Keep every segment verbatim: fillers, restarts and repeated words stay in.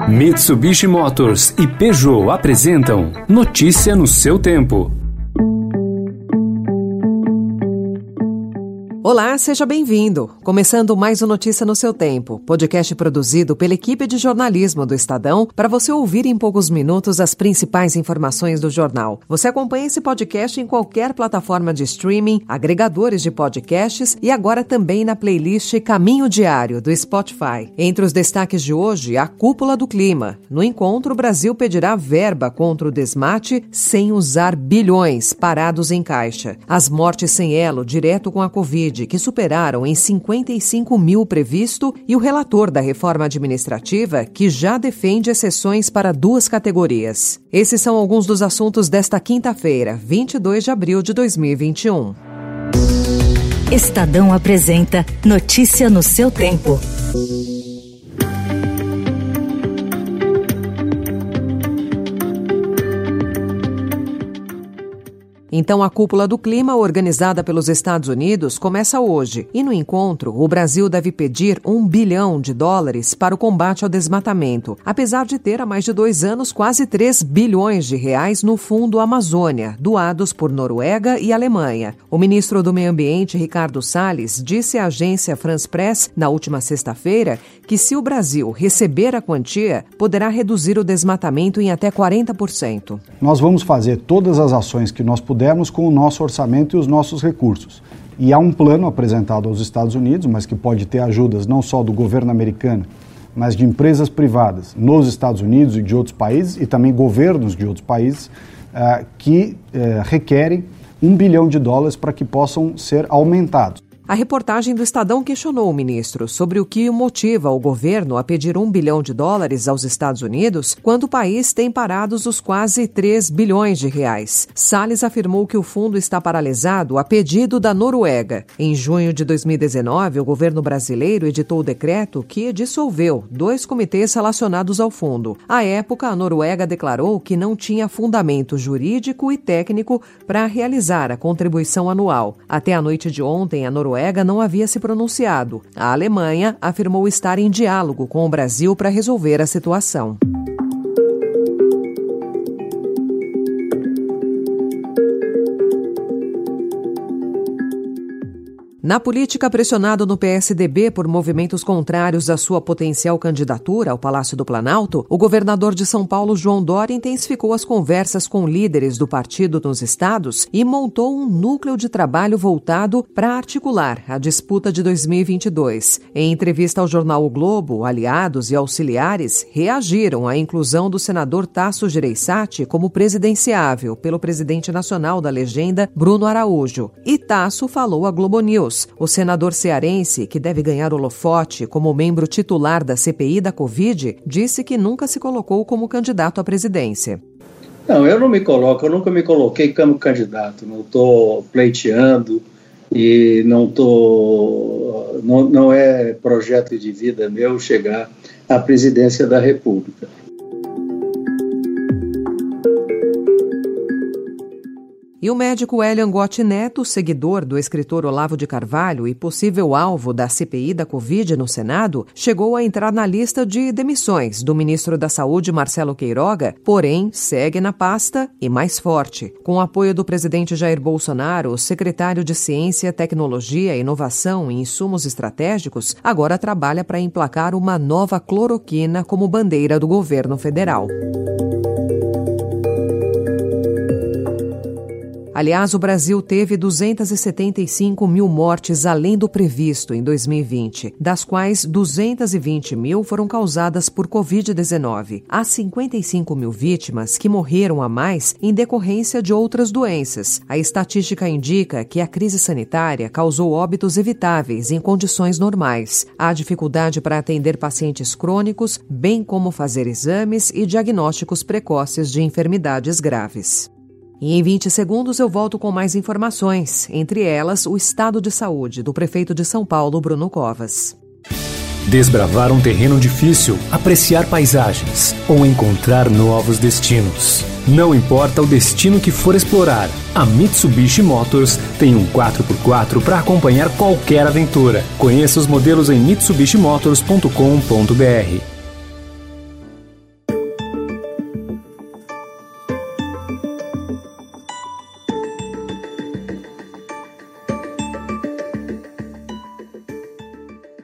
Mitsubishi Motors e Peugeot apresentam Notícia no seu tempo. Olá, seja bem-vindo. Começando mais um Notícia no seu tempo, podcast produzido pela equipe de jornalismo do Estadão para você ouvir em poucos minutos as principais informações do jornal. Você acompanha esse podcast em qualquer plataforma de streaming, agregadores de podcasts e agora também na playlist Caminho Diário do Spotify. Entre os destaques de hoje, a cúpula do clima. No encontro, o Brasil pedirá verba contra o desmate sem usar bilhões parados em caixa. As mortes sem elo direto com a Covid, que superaram em cinquenta e cinco mil previsto, e o relator da reforma administrativa, que já defende exceções para duas categorias. Esses são alguns dos assuntos desta quinta-feira, vinte e dois de abril de dois mil e vinte e um. Estadão apresenta Notícia no seu tempo. Então, a cúpula do clima, organizada pelos Estados Unidos, começa hoje. E no encontro, o Brasil deve pedir um bilhão de dólares para o combate ao desmatamento, apesar de ter há mais de dois anos quase três bilhões de reais no Fundo Amazônia, doados por Noruega e Alemanha. O ministro do Meio Ambiente, Ricardo Salles, disse à agência France Press, na última sexta-feira, que se o Brasil receber a quantia, poderá reduzir o desmatamento em até quarenta por cento. Nós vamos fazer todas as ações que nós pudermos com o nosso orçamento e os nossos recursos. E há um plano apresentado aos Estados Unidos, mas que pode ter ajudas não só do governo americano, mas de empresas privadas nos Estados Unidos e de outros países, e também governos de outros países, uh, que uh, requerem um bilhão de dólares para que possam ser aumentados. A reportagem do Estadão questionou o ministro sobre o que motiva o governo a pedir um bilhão de dólares aos Estados Unidos quando o país tem parados os quase três bilhões de reais. Salles afirmou que o fundo está paralisado a pedido da Noruega. Em junho de dois mil e dezenove, o governo brasileiro editou o decreto que dissolveu dois comitês relacionados ao fundo. À época, a Noruega declarou que não tinha fundamento jurídico e técnico para realizar a contribuição anual. Até a noite de ontem, a Noruega A Noruega não havia se pronunciado. A Alemanha afirmou estar em diálogo com o Brasil para resolver a situação. Na política, pressionado no P S D B por movimentos contrários à sua potencial candidatura ao Palácio do Planalto, o governador de São Paulo, João Dória, intensificou as conversas com líderes do partido nos estados e montou um núcleo de trabalho voltado para articular a disputa de dois mil e vinte e dois. Em entrevista ao jornal O Globo, aliados e auxiliares reagiram à inclusão do senador Tasso Gereissati como presidenciável pelo presidente nacional da legenda, Bruno Araújo. E Tasso falou à Globo News. O senador cearense, que deve ganhar holofote como membro titular da C P I da Covid, disse que nunca se colocou como candidato à presidência. Não, eu não me coloco, eu nunca me coloquei como candidato, não estou pleiteando e não estou, não, não é projeto de vida meu chegar à presidência da República. E o médico Elian Gotti Neto, seguidor do escritor Olavo de Carvalho e possível alvo da C P I da Covid no Senado, chegou a entrar na lista de demissões do ministro da Saúde, Marcelo Queiroga, porém segue na pasta e mais forte. Com o apoio do presidente Jair Bolsonaro, o secretário de Ciência, Tecnologia, Inovação e Insumos Estratégicos agora trabalha para emplacar uma nova cloroquina como bandeira do governo federal. Aliás, o Brasil teve duzentas e setenta e cinco mil mortes além do previsto em dois mil e vinte, das quais duzentas e vinte mil foram causadas por covid dezenove. Há cinquenta e cinco mil vítimas que morreram a mais em decorrência de outras doenças. A estatística indica que a crise sanitária causou óbitos evitáveis em condições normais. Há dificuldade para atender pacientes crônicos, bem como fazer exames e diagnósticos precoces de enfermidades graves. E em vinte segundos eu volto com mais informações, entre elas o estado de saúde do prefeito de São Paulo, Bruno Covas. Desbravar um terreno difícil, apreciar paisagens ou encontrar novos destinos. Não importa o destino que for explorar, a Mitsubishi Motors tem um quatro por quatro para acompanhar qualquer aventura. Conheça os modelos em mitsubishi motors ponto com ponto b r.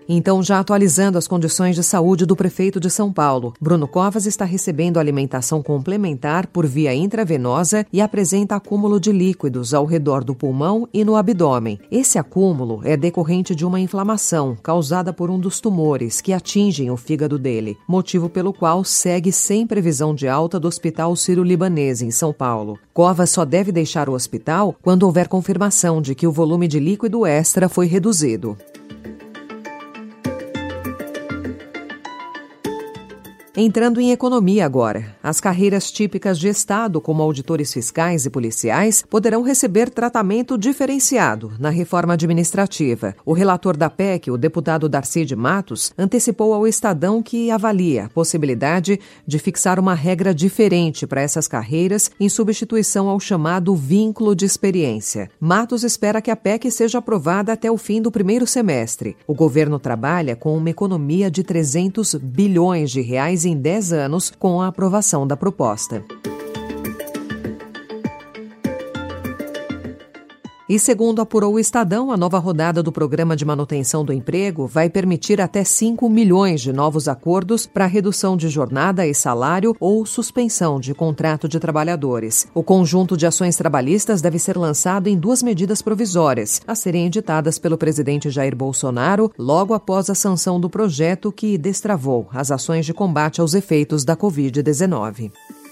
Então, já atualizando as condições de saúde do prefeito de São Paulo, Bruno Covas está recebendo alimentação complementar por via intravenosa e apresenta acúmulo de líquidos ao redor do pulmão e no abdômen. Esse acúmulo é decorrente de uma inflamação causada por um dos tumores que atingem o fígado dele, motivo pelo qual segue sem previsão de alta do Hospital Sírio-Libanês, em São Paulo. Covas só deve deixar o hospital quando houver confirmação de que o volume de líquido extra foi reduzido. Entrando em economia agora, as carreiras típicas de Estado, como auditores fiscais e policiais, poderão receber tratamento diferenciado na reforma administrativa. O relator da P E C, o deputado Darcy de Matos, antecipou ao Estadão que avalia a possibilidade de fixar uma regra diferente para essas carreiras em substituição ao chamado vínculo de experiência. Matos espera que a P E C seja aprovada até o fim do primeiro semestre. O governo trabalha com uma economia de trezentos bilhões de reais em dez anos com a aprovação da proposta. E segundo apurou o Estadão, a nova rodada do Programa de Manutenção do Emprego vai permitir até cinco milhões de novos acordos para redução de jornada e salário ou suspensão de contrato de trabalhadores. O conjunto de ações trabalhistas deve ser lançado em duas medidas provisórias, a serem editadas pelo presidente Jair Bolsonaro logo após a sanção do projeto que destravou as ações de combate aos efeitos da covid dezenove.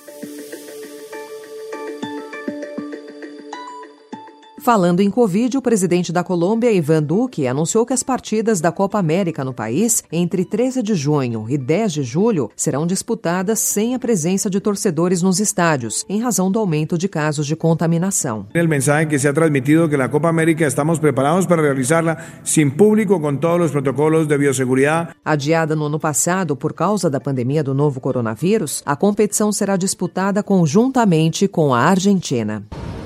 Falando em Covid, o presidente da Colômbia, Iván Duque, anunciou que as partidas da Copa América no país, entre treze de junho e dez de julho, serão disputadas sem a presença de torcedores nos estádios, em razão do aumento de casos de contaminação. El mensaje que se ha transmitido que la Copa América estamos preparados para realizarla sin público con todos los protocolos de bioseguridad. Adiada no ano passado por causa da pandemia do novo coronavírus, a competição será disputada conjuntamente com a Argentina.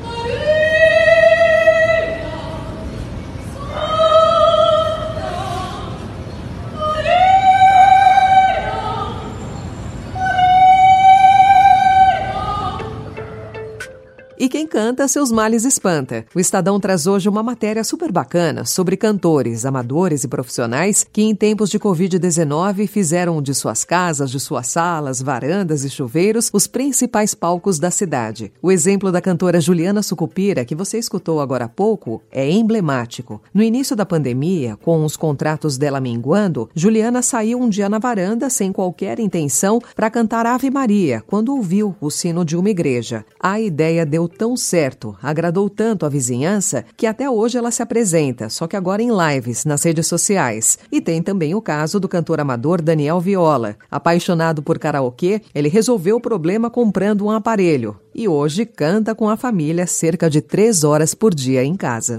E quem canta, seus males espanta. O Estadão traz hoje uma matéria super bacana sobre cantores, amadores e profissionais que em tempos de covid dezenove fizeram de suas casas, de suas salas, varandas e chuveiros os principais palcos da cidade. O exemplo da cantora Juliana Sucupira, que você escutou agora há pouco, é emblemático. No início da pandemia, com os contratos dela minguando, Juliana saiu um dia na varanda sem qualquer intenção para cantar Ave Maria, quando ouviu o sino de uma igreja. A ideia deu tão certo, agradou tanto a vizinhança, que até hoje ela se apresenta, só que agora em lives nas redes sociais. E tem também o caso do cantor amador Daniel Viola. Apaixonado por karaokê, ele resolveu o problema comprando um aparelho. E hoje canta com a família cerca de três horas por dia em casa.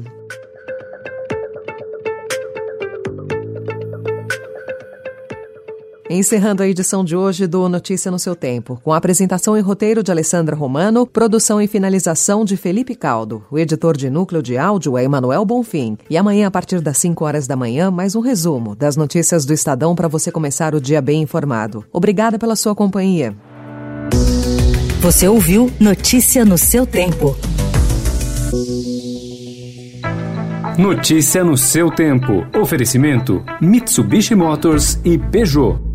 Encerrando a edição de hoje do Notícia no Seu Tempo, com a apresentação e roteiro de Alessandra Romano, produção e finalização de Felipe Caldo. O editor de núcleo de áudio é Emanuel Bonfim. E amanhã, a partir das cinco horas da manhã, mais um resumo das notícias do Estadão para você começar o dia bem informado. Obrigada pela sua companhia. Você ouviu Notícia no Seu Tempo. Notícia no seu tempo. Oferecimento Mitsubishi Motors e Peugeot.